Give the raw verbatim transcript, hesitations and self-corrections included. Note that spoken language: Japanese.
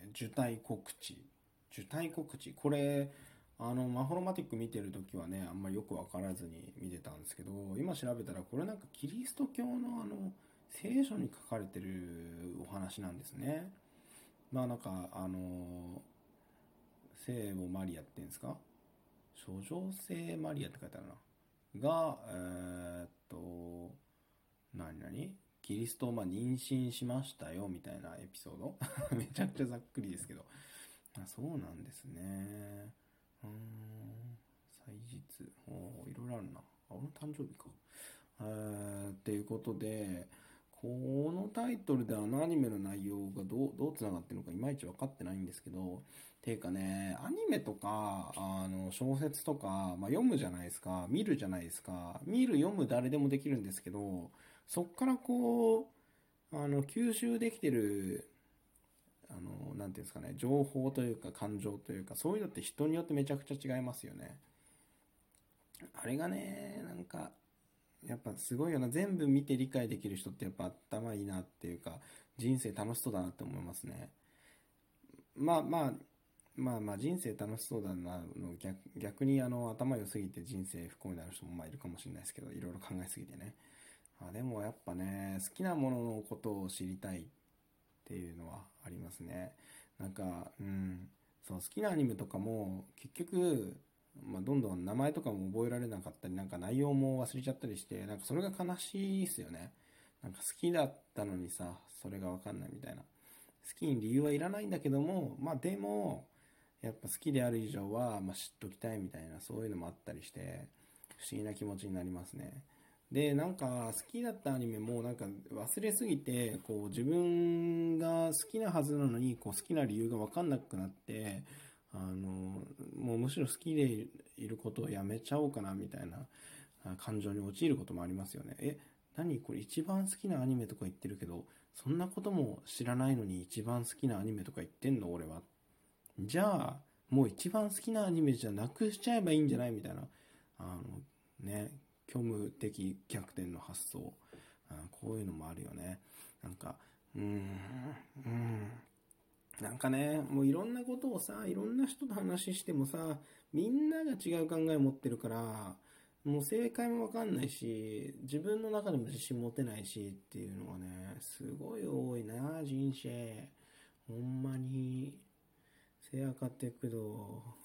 受胎告知。受胎告知。これ、あの、マホロマティック見てるときはね、あんまりよくわからずに見てたんですけど、今調べたらこれなんかキリスト教のあの、聖書に書かれてるお話なんですね。まあなんか、あの、聖母マリアって言うんですか、諸女性マリアって書いてあるな。が、えーっと、何々キリストをまあ妊娠しましたよみたいなエピソードめちゃくちゃざっくりですけど。あ、そうなんですね。うーん。祭日。おー、いろいろあるな。あ、俺の誕生日か。えー、っていうことで、このタイトルであのアニメの内容がどう、どう繋がってるのかいまいち分かってないんですけど、ていうかね、アニメとか、あの、小説とか、まあ、読むじゃないですか、見るじゃないですか、見る、読む誰でもできるんですけど、そっからこう、あの、吸収できてる、あの、なんていうんですかね、情報というか感情というか、そういうのって人によってめちゃくちゃ違いますよね。あれがね、なんか、やっぱすごいよな。全部見て理解できる人ってやっぱ頭いいなっていうか、人生楽しそうだなって思いますね。まあまあ、まあまあ人生楽しそうだなの逆、逆にあの頭良すぎて人生不幸になる人もまあいるかもしれないですけど、いろいろ考えすぎてね。あ、でもやっぱね、好きなもののことを知りたいっていうのはありますね。なんか、うん、そう、好きなアニメとかも結局、まあ、どんどん名前とかも覚えられなかったり、なんか内容も忘れちゃったりして、なんかそれが悲しいですよね。なんか好きだったのにさ、それがわかんないみたいな。好きに理由はいらないんだけども、まあでも、やっぱ好きである以上は、まあ、知っときたいみたいな、そういうのもあったりして、不思議な気持ちになりますね。で、なんか、好きだったアニメも、なんか、忘れすぎて、こう、自分が好きなはずなのに、こう、好きな理由がわかんなくなって、あの、もうむしろ好きでいることをやめちゃおうかな、みたいなあ感情に陥ることもありますよね。え、何これ一番好きなアニメとか言ってるけど、そんなことも知らないのに一番好きなアニメとか言ってんの俺は。じゃあ、もう一番好きなアニメじゃなくしちゃえばいいんじゃないみたいな。あの、ね、虚無的逆転の発想。あ、こういうのもあるよね。なんか、うーん、うーん。なんかね、もういろんなことをさ、いろんな人と話してもさ、みんなが違う考えを持ってるから、もう正解もわかんないし、自分の中でも自信持てないしっていうのがね、すごい多いな、人生。ほんまに。せやかってくど。